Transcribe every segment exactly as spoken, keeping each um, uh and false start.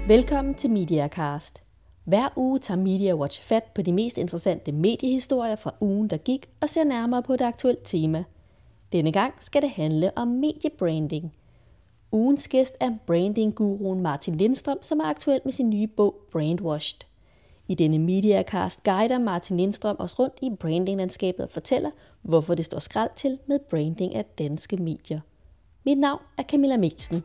Velkommen til MediaCast. Hver uge tager MediaWatch fat på de mest interessante mediehistorier fra ugen, der gik, og ser nærmere på et aktuelt tema. Denne gang skal det handle om mediebranding. Ugens gæst er branding-guruen Martin Lindstrøm, som er aktuel med sin nye bog Brandwashed. I denne MediaCast guider Martin Lindstrøm os rundt i brandinglandskabet og fortæller, hvorfor det står skralt til med branding af danske medier. Mit navn er Camilla Mikkelsen.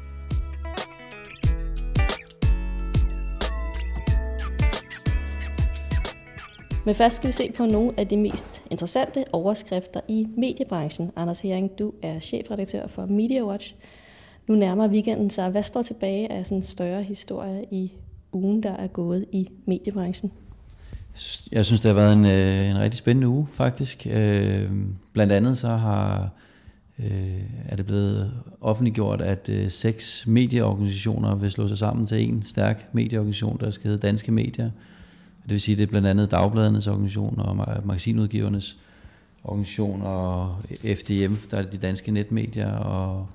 Men først skal vi se på nogle af de mest interessante overskrifter i mediebranchen. Anders Hering, du er chefredaktør for MediaWatch. Nu nærmer weekenden sig. Hvad står tilbage af sådan en større historie i ugen, der er gået i mediebranchen? Jeg synes, det har været en, en rigtig spændende uge, faktisk. Blandt andet så har, er det blevet offentliggjort, at seks medieorganisationer vil slå sig sammen til en stærk medieorganisation, der skal hedde Danske Medier. Det vil sige, det er blandt andet Dagbladenes organisation og magasinudgivernes organisation og F D M, der er de danske netmedier, og,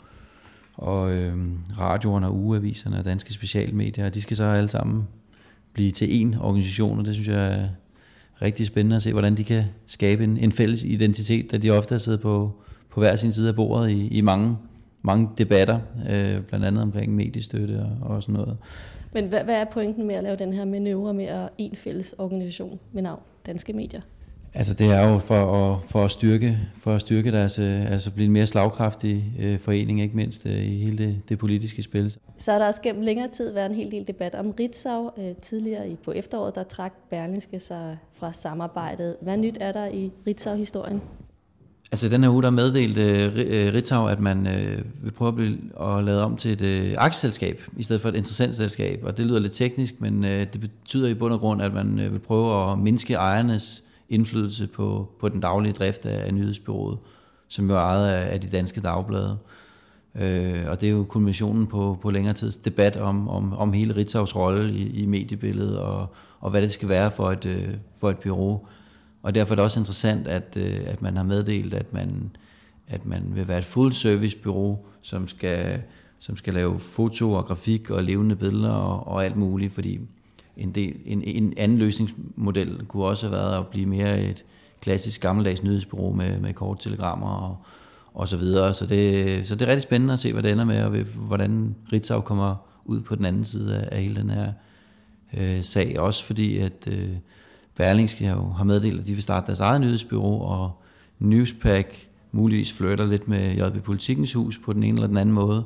og øhm, radioerne og ugeaviserne og danske specialmedier. De skal så alle sammen blive til én organisation, og det synes jeg er rigtig spændende at se, hvordan de kan skabe en, en fælles identitet, da de ofte har siddet på, på hver sin side af bordet i, i mange, mange debatter, øh, blandt andet omkring mediestøtte og, og sådan noget. Men hvad, hvad er pointen med at lave den her manøvre med at en fælles organisation med navn Danske Medier? Altså det er jo for at, for at styrke, for at styrke deres, altså blive en mere slagkraftig øh, forening, ikke mindst øh, i hele det, det politiske spil. Så er der også gennem længere tid været en hel del debat om Ritzau. Øh, tidligere i, på efteråret, der trak Berlingske sig fra samarbejdet. Hvad nyt er der i Ritzau-historien? Altså den her uge, der meddelte uh, Ritzau, at man uh, vil prøve at, blive, at lade om til et uh, aktieselskab, i stedet for et interessentselskab. Og det lyder lidt teknisk, men uh, det betyder i bund og grund, at man uh, vil prøve at mindske ejernes indflydelse på, på den daglige drift af, af nyhedsbureauet, som jo er ejet af, af de danske dagblade. Uh, og det er jo kulminationen på, på længere tids debat om, om, om hele Ritzaus rolle i, i mediebilledet, og, og hvad det skal være for et, uh, for et bureau. Og derfor er det også interessant, at, at man har meddelt, at man, at man vil være et full service bureau, som skal, som skal lave foto og grafik og levende billeder og, og alt muligt, fordi en, del, en, en anden løsningsmodel kunne også have været at blive mere et klassisk gammeldags nyhedsbureau med, med kort telegrammer og, og så videre. Så det, så det er rigtig spændende at se, hvad det ender med, og hvordan Ritzau kommer ud på den anden side af, af hele den her øh, sag. Også fordi, at øh, Berlingske har meddelt, at de vil starte deres eget nyhedsbureau, og Newspack muligvis flirter lidt med J B Politikens Hus på den ene eller den anden måde.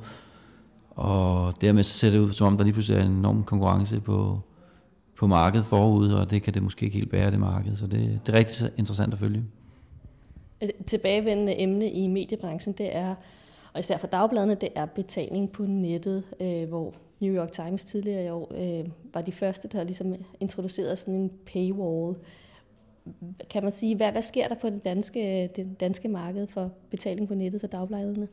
Og dermed så ser det ud, som om der lige pludselig er en enorm konkurrence på, på markedet forud, og det kan det måske ikke helt bære, det marked. Så det, det er rigtig interessant at følge. Et tilbagevendende emne i mediebranchen, det er, og især for dagbladene, det er betaling på nettet, øh, hvor New York Times tidligere i år øh, var de første, der ligesom introducerede sådan en paywall. Kan man sige, hvad, hvad sker der på det danske, det danske marked for betaling på nettet for dagbladene?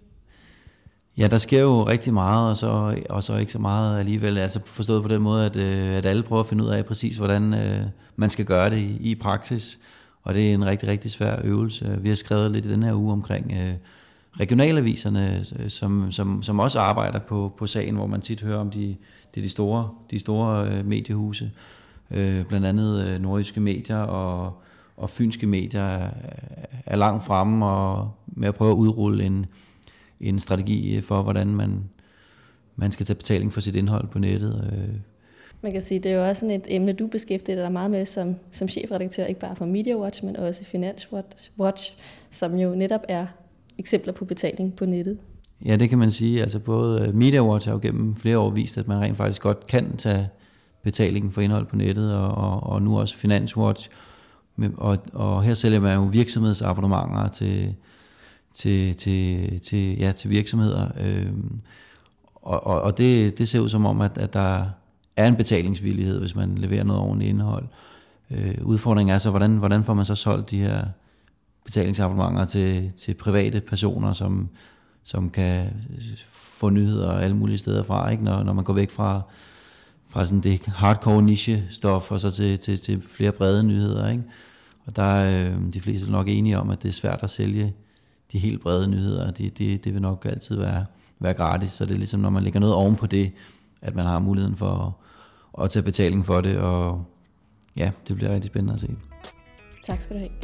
Ja, der sker jo rigtig meget, og så, og så ikke så meget alligevel. Altså forstået på den måde, at, at alle prøver at finde ud af præcis, hvordan øh, man skal gøre det i, i praksis. Og det er en rigtig, rigtig svær øvelse. Vi har skrevet lidt i den her uge omkring øh, regionalaviserne, som, som, som også arbejder på, på sagen, hvor man tit hører om de, de, de store, de store øh, mediehuse. Øh, blandt andet øh, nordjyske medier og, og fynske medier er, er langt fremme og med at prøve at udrulle en, en strategi for, hvordan man, man skal tage betaling for sit indhold på nettet. Øh. Man kan sige, det er jo også sådan et emne, du beskæftiger dig meget med som, som chefredaktør, ikke bare for MediaWatch, men også FinansWatch, som jo netop er eksempler på betaling på nettet. Ja, det kan man sige. Altså både MediaWatch har jo gennem flere år vist, at man rent faktisk godt kan tage betalingen for indhold på nettet, og, og, og nu også FinansWatch. Og, og her sælger man jo virksomhedsabonnementer til, til, til, til, ja, til virksomheder. Øhm, og og, og det, det ser ud som om, at, at der er en betalingsvillighed, hvis man leverer noget ordentligt indhold. Øh, udfordringen er så, hvordan, hvordan får man så solgt de her betalingsabonnementer til, til private personer, som, som kan få nyheder alle mulige steder fra, ikke? Når, når man går væk fra, fra sådan det hardcore niche-stof og så til, til, til flere brede nyheder. Ikke? Og der er øh, de fleste nok enige om, at det er svært at sælge de helt brede nyheder. Det de, de vil nok altid være, være gratis, så det er ligesom, når man lægger noget oven på det, at man har muligheden for at, at tage betaling for det, og ja, det bliver rigtig spændende at se. Tak skal du have.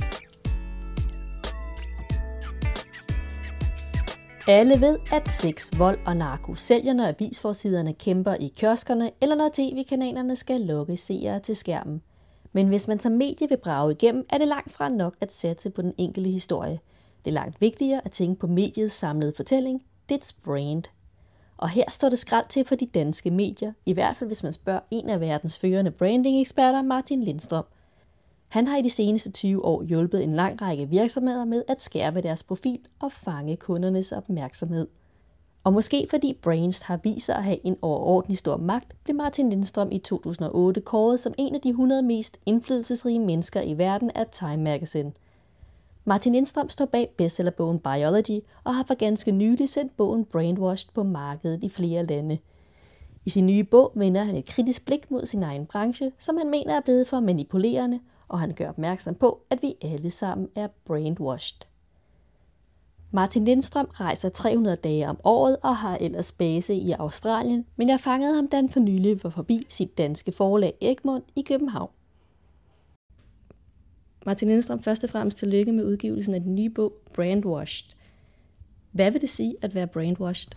Alle ved, at sex, vold og narko sælger, når avisforsiderne kæmper i kioskerne, eller når tv-kanalerne skal lukke seere til skærmen. Men hvis man som medie vil brage igennem, er det langt fra nok at satse på den enkelte historie. Det er langt vigtigere at tænke på mediets samlede fortælling, dets brand. Og her står det skralt til for de danske medier, i hvert fald hvis man spørger en af verdens førende branding-eksperter, Martin Lindstrøm. Han har i de seneste tyve år hjulpet en lang række virksomheder med at skærpe deres profil og fange kundernes opmærksomhed. Og måske fordi brands har vist sig at have en overordentlig stor magt, blev Martin Lindstrøm i to tusind og otte kåret som en af de hundrede mest indflydelsesrige mennesker i verden af Time Magazine. Martin Lindstrøm står bag bestsellerbogen Biology og har for ganske nylig sendt bogen Brainwashed på markedet i flere lande. I sin nye bog vender han et kritisk blik mod sin egen branche, som han mener er blevet for manipulerende, og han gør opmærksom på, at vi alle sammen er brainwashed. Martin Lindstrøm rejser tre hundrede dage om året og har ellers base i Australien, men jeg fangede ham, da han for nylig var forbi sit danske forlag Egmont i København. Martin Lindstrøm, først og fremmest tillykke med udgivelsen af den nye bog Brainwashed. Hvad vil det sige at være brainwashed?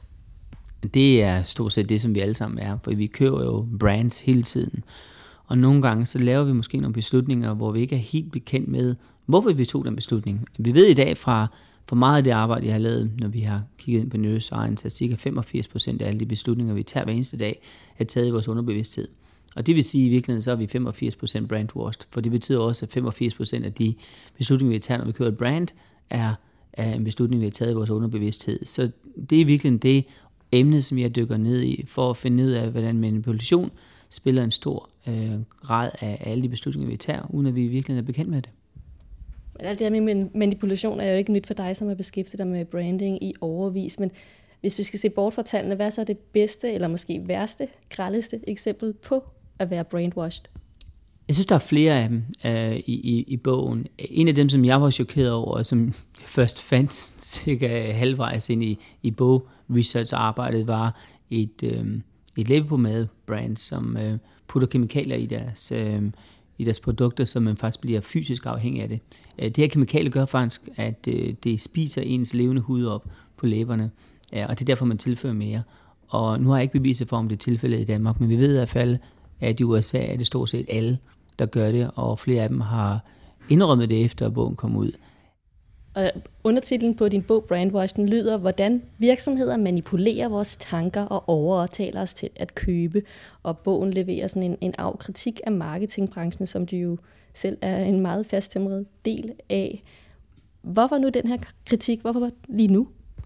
Det er stort set det, som vi alle sammen er, for vi køber jo brands hele tiden. Og nogle gange så laver vi måske nogle beslutninger, hvor vi ikke er helt bekendt med, hvorfor vi tog den beslutning. Vi ved i dag fra, fra meget af det arbejde, jeg har lavet, når vi har kigget ind på neuroscience, at cirka femogfirs procent af alle de beslutninger, vi tager hver eneste dag, er taget i vores underbevidsthed. Og det vil sige, at i virkeligheden så er vi femogfirs procent brandwashed, for det betyder også, at femogfirs procent af de beslutninger, vi tager, når vi kører et brand, er, er en beslutning, vi har taget i vores underbevidsthed. Så det er i virkeligheden det emne, som jeg dykker ned i, for at finde ud af, hvordan manipulation spiller en stor øh, grad af alle de beslutninger, vi tager, uden at vi virkelig er bekendt med det. Men alt det her med manipulation er jo ikke nyt for dig, som har beskæftiget dig med branding i overvis, men hvis vi skal se bort fra tallene, hvad er så det bedste, eller måske værste, grældeste eksempel på at være brainwashed? Jeg synes, der er flere af dem øh, i, i, i bogen. En af dem, som jeg var chokeret over, og som jeg først fandt cirka halvvejs ind i, i bogresearch-arbejdet, var et, øh, et læbepomade-brand, som øh, putter kemikalier i deres, øh, i deres produkter, så man faktisk bliver fysisk afhængig af det. Det her kemikalier gør faktisk, at øh, det spiser ens levende hud op på læberne, ja, og det er derfor, man tilfører mere. Og nu har jeg ikke beviset for, om det er tilfældet i Danmark, men vi ved i hvert fald, at i U S A er det stort set alle, der gør det, og flere af dem har indrømmet det efter, at bogen kom ud. Og undertitlen på din bog, Brainwashed, lyder, hvordan virksomheder manipulerer vores tanker og overtaler os til at købe. Og bogen leverer sådan en, en afkritik af marketingbranchen, som du jo selv er en meget fasttømret del af. Hvorfor nu den her kritik? Hvorfor lige nu?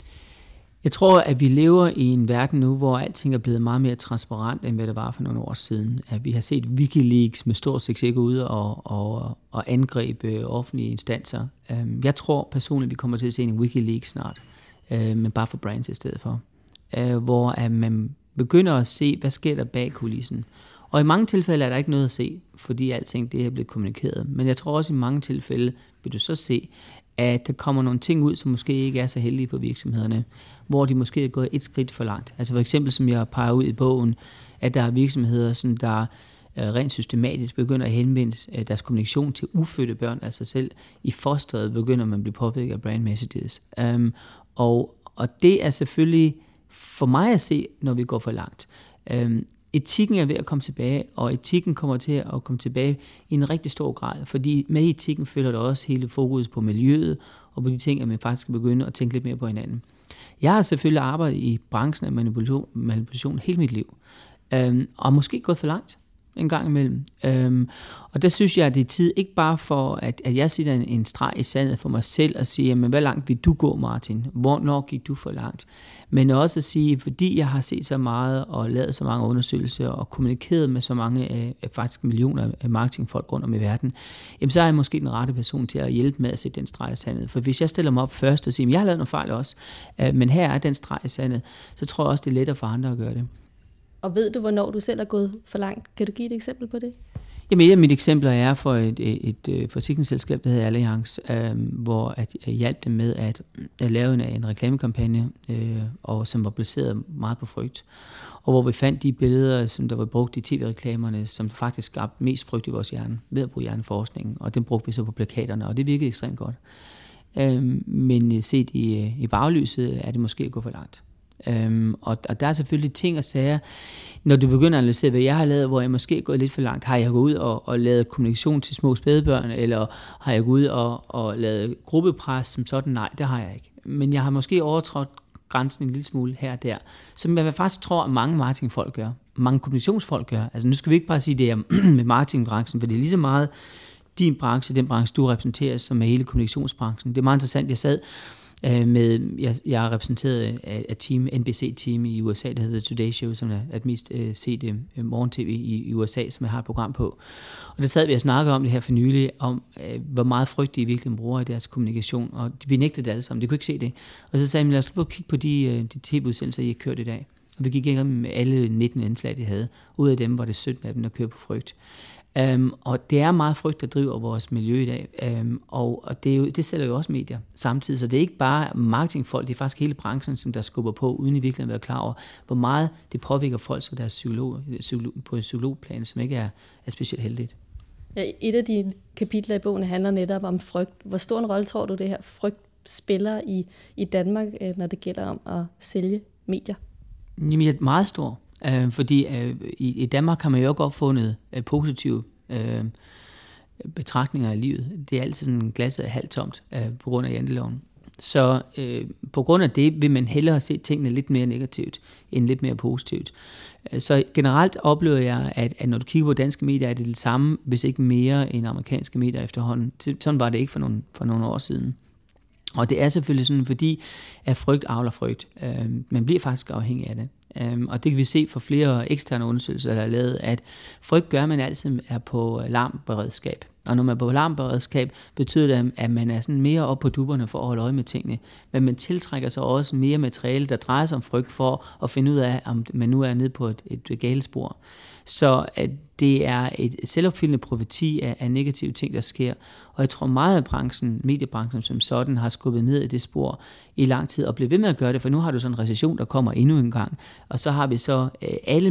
Jeg tror, at vi lever i en verden nu, hvor alting er blevet meget mere transparent, end hvad det var for nogle år siden. At vi har set WikiLeaks med stor succes gå ud og, og, og angribe offentlige instanser. Jeg tror personligt, vi kommer til at se en WikiLeaks snart, men bare for brands i stedet for. Hvor man begynder at se, hvad sker der bag kulissen. Og i mange tilfælde er der ikke noget at se, fordi alting det er blevet kommunikeret. Men jeg tror også, i mange tilfælde vil du så se, at der kommer nogle ting ud, som måske ikke er så heldige for virksomhederne, hvor de måske er gået et skridt for langt. Altså for eksempel, som jeg peger ud i bogen, at der er virksomheder, som der rent systematisk begynder at henvende deres kommunikation til ufødte børn af sig selv. I fosteret begynder man at blive påvirket af brand messages. Um, og, og det er selvfølgelig for mig at se, når vi går for langt. Um, Etikken er ved at komme tilbage, og etikken kommer til at komme tilbage i en rigtig stor grad, fordi med etikken følger der også hele fokus på miljøet, og på de ting, at man faktisk skal begynde at tænke lidt mere på hinanden. Jeg har selvfølgelig arbejdet i branchen af manipulation, manipulation hele mit liv, øhm, og måske gået for langt en gang imellem. Øhm, og der synes jeg, at det er tid, ikke bare for, at, at jeg sætter en, en streg i sandet for mig selv, og siger, men hvad langt vil du gå, Martin? Hvornår gik du for langt? Men også at sige, fordi jeg har set så meget, og lavet så mange undersøgelser, og kommunikeret med så mange, øh, faktisk millioner af marketingfolk rundt om i verden, jamen så er jeg måske den rette person til at hjælpe med at sætte den streg i sandet. For hvis jeg stiller mig op først og siger, jeg har lavet nogle fejl også, øh, men her er den streg i sandet, så tror jeg også, det er lettere for andre at gøre det. Og ved du, hvornår du selv er gået for langt? Kan du give et eksempel på det? Jamen, et af mine eksempler er for et, et, et forsikringsselskab, der hedder Allianz, øh, hvor at jeg hjalp dem med at, at lave en, en reklamekampagne, øh, og som var baseret meget på frygt. Og hvor vi fandt de billeder, som der var brugt i tv-reklamerne, som faktisk skabte mest frygt i vores hjerne, ved at bruge hjerneforskningen. Og den brugte vi så på plakaterne, og det virkede ekstremt godt. Øh, men set i, i baglyset er det måske at gå for langt. Øhm, og, og der er selvfølgelig ting og sager, når du begynder at analysere, hvad jeg har lavet, hvor jeg måske er gået lidt for langt. Har jeg gået ud og, og lavet kommunikation til små spædbørn, eller har jeg gået ud og, og lavet gruppepres som sådan? Nej, det har jeg ikke. Men jeg har måske overtrådt grænsen en lille smule her og der, som jeg faktisk tror, at mange marketingfolk gør. Mange kommunikationsfolk gør. Altså nu skal vi ikke bare sige det her med marketingbranchen, for det er lige så meget din branche, den branche, du repræsenterer, som er hele kommunikationsbranchen. Det er meget interessant, jeg sad med, jeg, jeg er repræsenteret af et team, N B C-team i U S A, der hedder Today Show, som er et mest uh, set uh, morgen-tv i, i U S A, som jeg har et program på. Og der sad vi og snakkede om det her for nylig, om uh, hvor meget frygt de virkelig bruger i deres kommunikation, og de benægtede det alle sammen, de kunne ikke se det. Og så sagde jeg, lad os prøve at kigge på de, uh, de tv-udsendelser, I har kørt i dag. Og vi gik igennem med alle nitten indslag, de havde. Ud af dem var det sytten af dem, der kører på frygt. Um, og det er meget frygt, der driver vores miljø i dag, um, og, og det, er jo, det sælger jo også medier samtidig, så det er ikke bare marketingfolk, det er faktisk hele branchen, som der skubber på, uden i virkeligheden at være klar over, hvor meget det påvirker folk på deres psykolog, psykolog, på psykologplan, som ikke er, er specielt heldigt. Ja, et af dine kapitler i bogen handler netop om frygt. Hvor stor en rolle tror du, det her frygt spiller i, i Danmark, når det gælder om at sælge medier? Jamen, det er meget stor. Øh, fordi øh, i, i Danmark har man jo også opfundet øh, positive øh, betragtninger af livet. Det er altid sådan glasset halvt tomt øh, på grund af janteloven. Så øh, på grund af det vil man hellere se tingene lidt mere negativt end lidt mere positivt. Så generelt oplever jeg, at, at når du kigger på danske medier, er det det samme, hvis ikke mere end amerikanske medier efterhånden. Sådan var det ikke for nogle, for nogle år siden. Og det er selvfølgelig sådan, fordi at frygt avler frygt. Øh, man bliver faktisk afhængig af det. Um, og det kan vi se fra flere eksterne undersøgelser, der er lavet, at frygt gør, at man altid er på alarmberedskab. Og når man er på alarmberedskab, betyder det, at man er sådan mere oppe på dupperne for at holde øje med tingene. Men man tiltrækker sig også mere materiale, der drejer sig om frygt for at finde ud af, om man nu er nede på et, et galespor. Så at det er et selvopfyldende profeti af, af negative ting, der sker. Og jeg tror meget af branchen, mediebranchen som sådan, har skubbet ned i det spor i lang tid, og bliver ved med at gøre det, for nu har du sådan en recession, der kommer endnu en gang. Og så har vi så øh, alle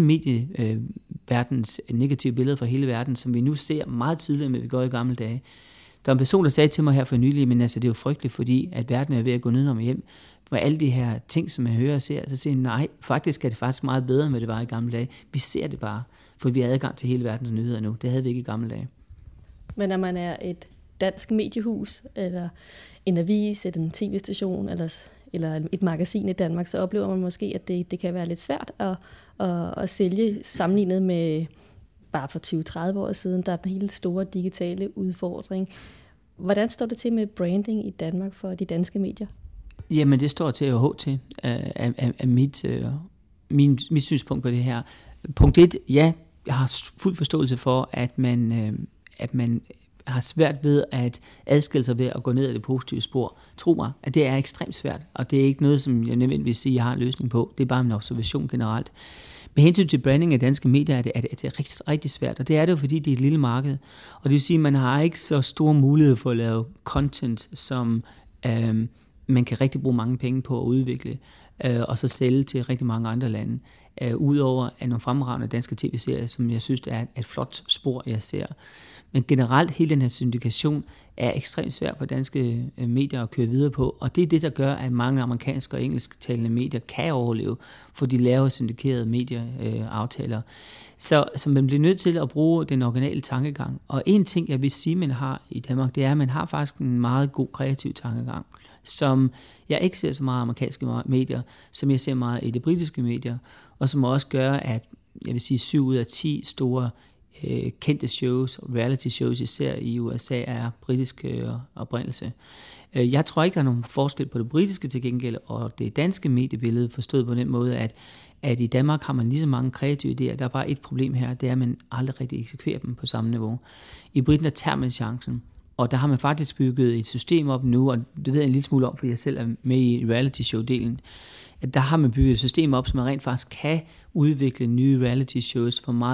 medieverdens øh, negative billeder fra hele verden, som vi nu ser meget tydeligt, med vi går i gamle dage. Der er en person, der sagde til mig her for nylig, men altså det er jo frygteligt, fordi at verden er ved at gå ned og hjem. Med alle de her ting, som jeg hører og ser, så siger jeg, nej, faktisk er det faktisk meget bedre, end det var i gamle dage. Vi ser det bare, for vi har adgang til hele verdens nyheder nu. Det havde vi ikke i gamle dage. Men når man er et dansk mediehus, eller en avis, eller en tv-station, eller, eller et magasin i Danmark, så oplever man måske, at det, det kan være lidt svært at, at, at sælge sammenlignet med bare for tyve til tredive år siden. Der er den helt store digitale udfordring. Hvordan står det til med branding i Danmark for de danske medier? Jamen, det står til at H til af, af, af mit, uh, min, mit synspunkt på det her. Punkt et, ja, jeg har fuld forståelse for, at man, uh, at man har svært ved at adskille sig ved at gå ned ad det positive spor. Tro mig, at det er ekstremt svært, og det er ikke noget, som jeg nødvendigvis siger, jeg har en løsning på. Det er bare en observation generelt. Med hensyn til branding af danske medier er det, er det, er det rigtig, rigtig svært, og det er det jo, fordi det er et lille marked. Og det vil sige, at man har ikke så store muligheder for at lave content, som øh, man kan rigtig bruge mange penge på at udvikle, øh, og så sælge til rigtig mange andre lande. Øh, Udover at nogle fremragende danske tv-serier, som jeg synes er et, et flot spor, jeg ser. Men generelt, hele den her syndikation er ekstremt svært for danske medier at køre videre på, og det er det, der gør, at mange amerikanske og engelsktalende medier kan overleve, for de laver syndikerede medieaftaler. Øh, så, så man bliver nødt til at bruge den originale tankegang. Og en ting, jeg vil sige, man har i Danmark, det er, at man har faktisk en meget god kreativ tankegang, som jeg ikke ser så meget amerikanske medier, som jeg ser meget i de britiske medier, og som også gør, at jeg vil sige, syv ud af ti store øh, kendte shows, reality shows især i U S A, er britisk øh, oprindelse. Jeg tror ikke, der er nogen forskel på det britiske til gengæld, og det danske mediebillede, forstået på den måde, at, at i Danmark har man lige så mange kreative idéer. Der er bare et problem her, det er, at man aldrig rigtig eksekverer dem på samme niveau. I Briterne tager man chancen, og der har man faktisk bygget et system op nu, og det ved jeg en lille smule om, fordi jeg selv er med i reality show-delen, at der har man bygget et system op, som man rent faktisk kan udvikle nye reality shows for meget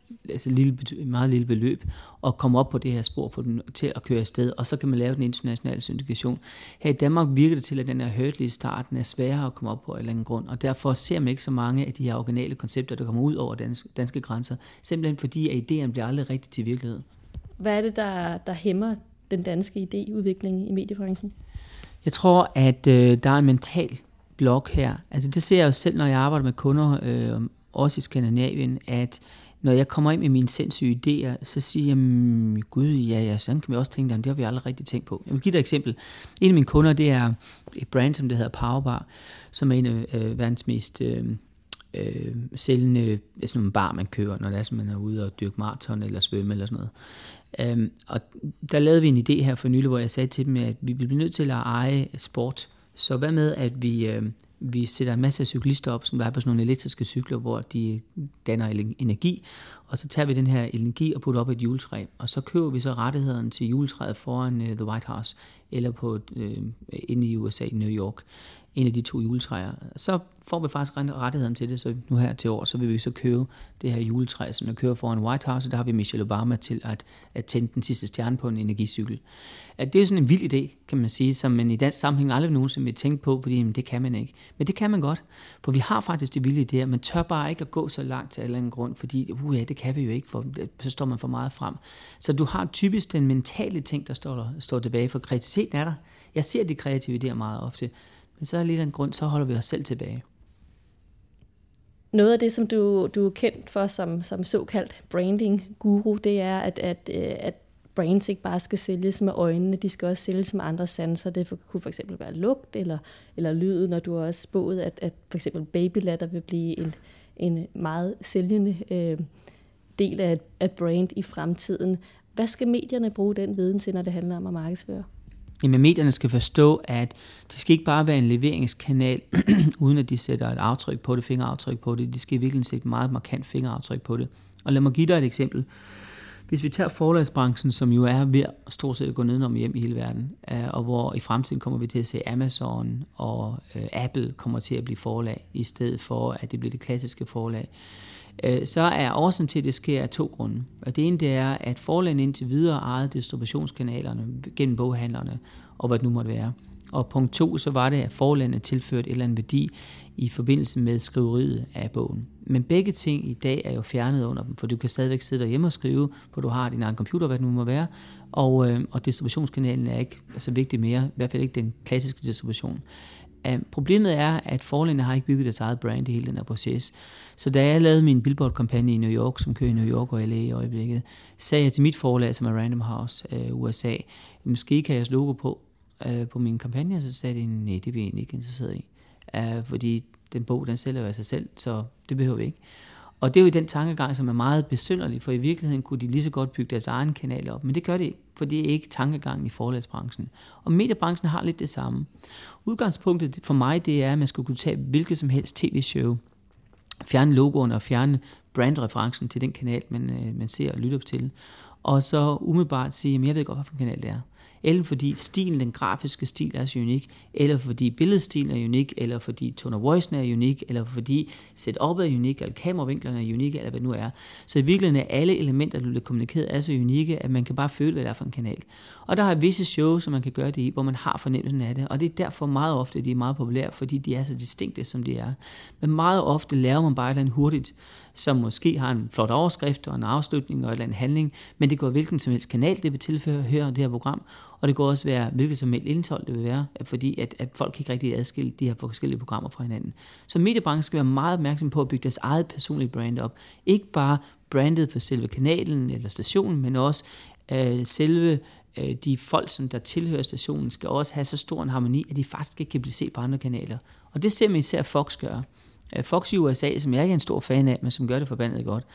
altså lille, meget lille beløb, og komme op på det her spor, få dem til at køre afsted, og så kan man lave den internationale syndikation. Her i Danmark virker det til, at den her hurdle i starten er sværere at komme op på en eller anden grund, og derfor ser man ikke så mange af de her originale koncepter, der kommer ud over danske, danske grænser, simpelthen fordi, at idéen bliver aldrig rigtig til virkelighed. Hvad er det, der, der hæmmer den danske idéudvikling i mediebranchen? Jeg tror, at øh, der er en mental blok her. Altså det ser jeg jo selv, når jeg arbejder med kunder, øh, også i Skandinavien, at når jeg kommer ind med mine sindssyge idéer, så siger jeg, gud, ja, ja, sådan kan vi også tænke, det har vi aldrig rigtig tænkt på. Jeg vil give dig et eksempel. En af mine kunder, det er et brand, som det hedder Powerbar, som er en af øh, verdens mest øh, øh, sælgende, sådan nogle bar, man kører, når det er, som man er ude og dyrke maraton eller svømme eller sådan noget. Um, og der lavede vi en idé her for nylig, hvor jeg sagde til dem, at vi bliver nødt til at eje sport. Så hvad med, at vi, øh, vi sætter en masse af cyklister op, som er på sådan nogle elektriske cykler, hvor de danner energi, og så tager vi den her energi og putter op i et juletræ, og så køber vi så rettigheden til juletræet foran uh, The White House, eller på, øh, inde i U S A, i New York, en af de to juletræer. Så får vi faktisk rettigheden til det, så nu her til år, så vil vi så købe det her juletræ, som der kører foran White House, og der har vi Michelle Obama til at, at tænde den sidste stjerne på en energicykel. At det er sådan en vild idé, kan man sige, som man i dansk sammenhæng aldrig nogensinde vil tænke på, fordi jamen, det kan man ikke. Men det kan man godt, for vi har faktisk de vilde idéer, man tør bare ikke at gå så langt til en eller anden grund, fordi uh, ja, det kan vi jo ikke, for så står man for meget frem. Så du har typisk den mentale ting, der står, der, står tilbage, for kreativiteten er der. Jeg ser de kreative idéer meget ofte, men så er lige den grund, så holder vi os selv tilbage. Noget af det, som du, du er kendt for som, som såkaldt branding-guru, det er, at, at, at brands ikke bare skal sælges med øjnene, de skal også sælges med andre sanser. Det kunne for eksempel være lugt eller, eller lyden, når du har også spået, at, at for eksempel babylatter vil blive en, en meget sælgende øh, del af et brand i fremtiden. Hvad skal medierne bruge den viden til, når det handler om at markedsføre? Jamen, medierne skal forstå, at det skal ikke bare være en leveringskanal, uden at de sætter et aftryk på det, fingeraftryk på det. De skal virkelig sætte et meget markant fingeraftryk på det. Og lad mig give dig et eksempel. Hvis vi tager forlagsbranchen, som jo er ved at stort set gå nedenom hjem i hele verden, og hvor i fremtiden kommer vi til at se Amazon og Apple kommer til at blive forlag, i stedet for at det bliver det klassiske forlag, så er årsagen til, at det sker af to grunde. Og det ene det er, at forlagene indtil videre ejede distributionskanalerne gennem boghandlerne, og hvad det nu måtte være. Og punkt to, så var det, at forlagene tilførte et eller andet værdi i forbindelse med skriveriet af bogen. Men begge ting i dag er jo fjernet under dem, for du kan stadigvæk sidde derhjemme og skrive, hvor du har din egen computer, hvad det nu må være, og, øh, og distributionskanalen er ikke så vigtig mere, i hvert fald ikke den klassiske distribution. Uh, problemet er, at forlagene har ikke bygget deres eget brand i hele den her proces. Så da jeg lavede min billboard-kampagne i New York, som kører i New York og L A i øjeblikket, sagde jeg til mit forlag, som er Random House uh, U S A, måske kan jeg logo på uh, på min kampagne, og så sagde de, nej, det er vi egentlig ikke interesseret i. Uh, fordi den bog, den sælger jo af sig selv, så det behøver vi ikke. Og det er jo den tankegang, som er meget besynderlig, for i virkeligheden kunne de lige så godt bygge deres egen kanal op, men det gør de ikke, for det er ikke tankegangen i forlagsbranchen. Og mediebranchen har lidt det samme. Udgangspunktet for mig, det er, at man skal kunne tage hvilket som helst tv-show, fjerne logoen og fjerne brandreferencen til den kanal, man, man ser og lytter til, og så umiddelbart sige, at jeg ved godt, hvilken kanal det er. Eller fordi stilen, den grafiske stil er så unik, eller fordi billedstilen er unik, eller fordi tone of voice er unik, eller fordi setup'et er unik, eller kameravinklerne er unikke, eller hvad det nu er. Så i virkeligheden er alle elementer, der bliver kommunikeret, er så unikke, at man kan bare føle, hvad det er for en kanal. Og der har visse shows, som man kan gøre det i, hvor man har fornemmelsen af det, og det er derfor meget ofte, de er meget populære, fordi de er så distinkte, som de er. Men meget ofte laver man bare et eller andet hurtigt, som måske har en flot overskrift og en afslutning og et eller andet handling, men det går hvilken som helst kanal, det vil tilføre høre det her program, og det kan også være hvilket som helst indhold, det vil være, fordi at, at folk ikke rigtig adskille de her forskellige programmer fra hinanden. Så mediebranchen skal være meget opmærksom på at bygge deres eget personlige brand op. Ikke bare brandet for selve kanalen eller stationen, men også øh, selve øh, de folk, som der tilhører stationen, skal også have så stor en harmoni, at de faktisk ikke kan blive set på andre kanaler. Og det ser man især Fox gøre. Fox i U S A, som jeg ikke er en stor fan af, men som gør det forbandet godt,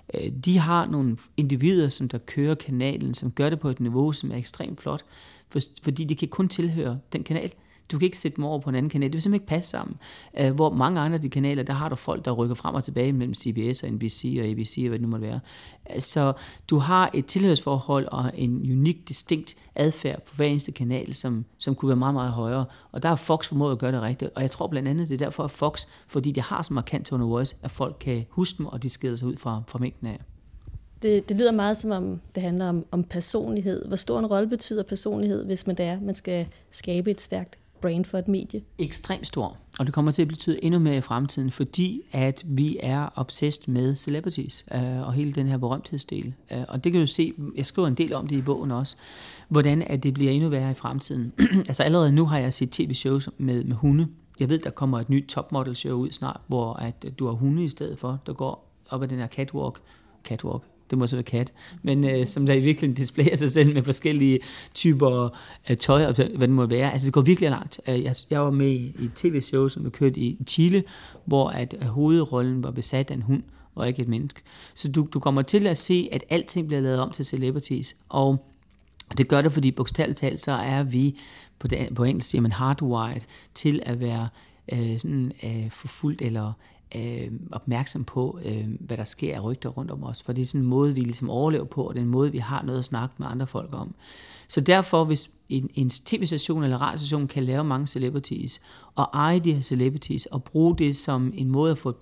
de har nogle individer, som der kører kanalen, som gør det på et niveau, som er ekstremt flot, fordi de kan kun tilhøre den kanal. Du kan ikke sætte dem over på en anden kanal. Det vil simpelthen ikke passe sammen. Hvor mange andre af de kanaler, der har du folk, der rykker frem og tilbage mellem C B S og N B C og A B C og hvad det nu måtte være. Så du har et tilhørsforhold og en unik, distinkt adfærd på hver eneste kanal, som, som kunne være meget, meget højere. Og der har Fox formået at gøre det rigtigt. Og jeg tror blandt andet, det er derfor, at Fox, fordi de har så markant tone of voice, at folk kan huske dem, og de skiller sig ud fra, fra mængden af. Det, det lyder meget som om, det handler om, om personlighed. Hvor stor en rolle betyder personlighed, hvis man, det er, man skal skabe et stærkt brand for et medie? Ekstremt stor, og det kommer til at betyde endnu mere i fremtiden, fordi at vi er obsessed med celebrities øh, og hele den her berømthedsdel. Øh, og det kan du se, jeg skriver en del om det i bogen også, hvordan at det bliver endnu værre i fremtiden. Altså allerede nu har jeg set tv-shows med, med hunde. Jeg ved, der kommer et nyt topmodel-show ud snart, hvor at du har hunde i stedet for, der går op ad den her catwalk. Catwalk. Det må så være kat, men øh, som der i virkeligheden displayer sig selv med forskellige typer øh, tøj, og hvad det må være. Altså det går virkelig langt. Jeg, jeg var med i et tv-show, som var kørt i Chile, hvor at hovedrollen var besat af en hund, og ikke et menneske. Så du, du kommer til at se, at alting bliver lavet om til celebrities, og det gør det, fordi bogstaveligt talt, så er vi, på, det, på engelsk siger man hardwired, til at være øh, sådan øh, forfulgt eller Øh, opmærksom på, øh, hvad der sker af rygter rundt om os, for det er sådan en måde, vi ligesom overlever på, og det er en måde, vi har noget at snakke med andre folk om. Så derfor, hvis en, en tv-station eller radiostation kan lave mange celebrities, og eje de her celebrities, og bruge det som en måde at få et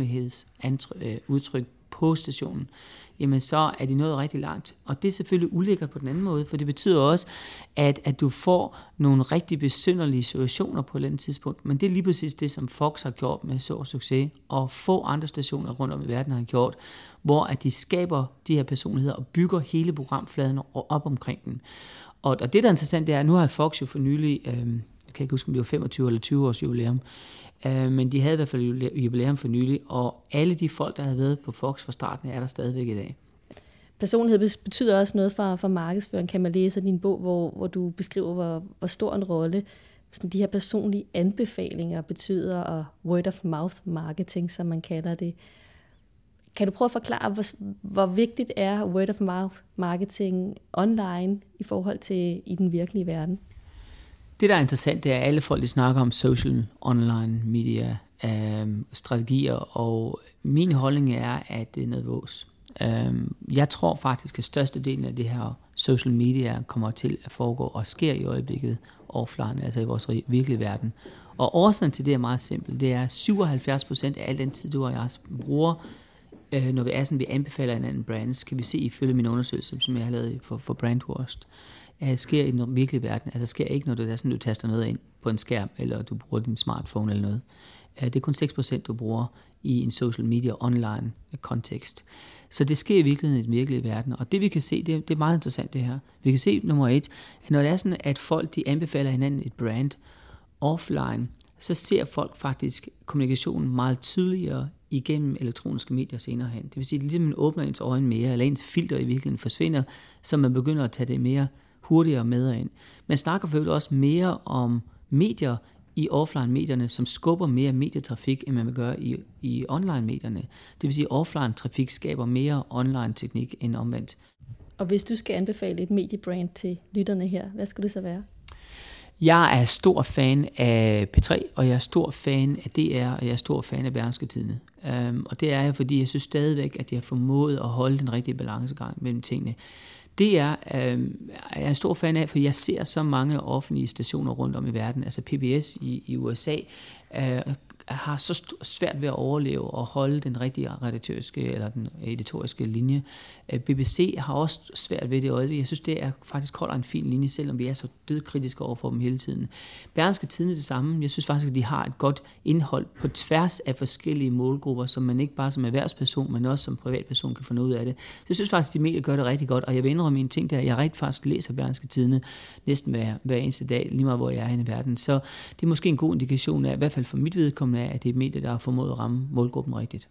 personlighedsudtryk på stationen, jamen så er de nået rigtig langt. Og det er selvfølgelig ulækkert på den anden måde, for det betyder også, at, at du får nogle rigtig besynderlige situationer på et eller andet tidspunkt. Men det er lige præcis det, som Fox har gjort med så succes, og få andre stationer rundt om i verden har gjort, hvor at de skaber de her personligheder og bygger hele programfladen op omkring den. Og, og det, der er interessant, det er, at nu har Fox jo for nylig, øh, jeg kan ikke huske, om det var femogtyve eller tyve års jubilæum, øh, men de havde i hvert fald jubilæum for nylig, og alle de folk, der havde været på Fox fra starten, er der stadigvæk i dag. Personlighed betyder også noget for, for markedsføring, kan man læse i din bog, hvor, hvor du beskriver, hvor, hvor stor en rolle sådan de her personlige anbefalinger betyder, og word of mouth marketing, som man kalder det. Kan du prøve at forklare, hvor, hvor vigtigt er word of mouth marketing online i forhold til i den virkelige verden? Det, der er interessant, det er, at alle folk de snakker om social online media øh, strategier, og min holdning er, at det er noget vås. Øh, jeg tror faktisk, at størstedelen af det her social media kommer til at foregå og sker i øjeblikket offline, altså i vores virkelige verden. Og årsagen til det er meget simpelt. Det er syvoghalvfjerds procent af al den tid, du og jeg bruger, øh, når vi er sådan, vi anbefaler en anden brands, kan vi se ifølge min undersøgelse, som jeg har lavet for, for Brandwurst, at sker i den virkelige verden. Altså sker ikke, når du, er sådan, du taster noget ind på en skærm, eller du bruger din smartphone eller noget. Det er kun seks procent, du bruger i en social media online kontekst. Så det sker i virkeligheden i den virkelige verden. Og det vi kan se, det er, det er meget interessant det her. Vi kan se nummer et, at når det er sådan, at folk de anbefaler hinanden et brand offline, så ser folk faktisk kommunikationen meget tydeligere igennem elektroniske medier senere hen. Det vil sige, at ligesom man åbner ens øjne mere, eller ens filter i virkeligheden forsvinder, så man begynder at tage det mere hurtigere med ind. Man snakker for også mere om medier i offline-medierne, som skubber mere medietrafik, end man vil gøre i, i online-medierne. Det vil sige, at offline-trafik skaber mere online-teknik end omvendt. Og hvis du skal anbefale et mediebrand til lytterne her, hvad skulle det så være? Jeg er stor fan af P tre, og jeg er stor fan af D R, og jeg er stor fan af Berlingske Tidende. Um, og det er jeg, fordi jeg synes stadigvæk, at jeg har formået at holde den rigtige balancegang mellem tingene. Det er, øh, er jeg en stor fan af, for jeg ser så mange offentlige stationer rundt om i verden. Altså P B S i, i U S A øh, har så st- svært ved at overleve og holde den rigtige redaktørske eller den editoriske linje. B B C har også svært ved det øjeblik. Jeg synes, det er faktisk holder en fin linje, selvom vi er så dødkritiske over for dem hele tiden. Berlingske Tidende det samme. Jeg synes faktisk, at de har et godt indhold på tværs af forskellige målgrupper, som man ikke bare som erhvervsperson, men også som privatperson kan få noget ud af det. Så jeg synes faktisk, at de medier gør det rigtig godt, og jeg vil indrømme en ting, der jeg rigtig faktisk læser Berlingske Tidende næsten hver, hver eneste dag, lige meget hvor jeg er i verden. Så det er måske en god indikation af, i hvert fald for mit vedkommende af, at det er medier, der har formået at ramme målgruppen rigtigt.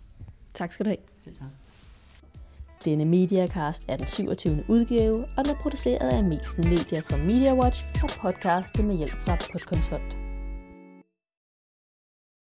Tak skal du have. Selv tak. Denne Mediacast er den syvogtyvende udgave, og den er produceret af Mixen Media fra MediaWatch og podcastet med hjælp fra Podconsult.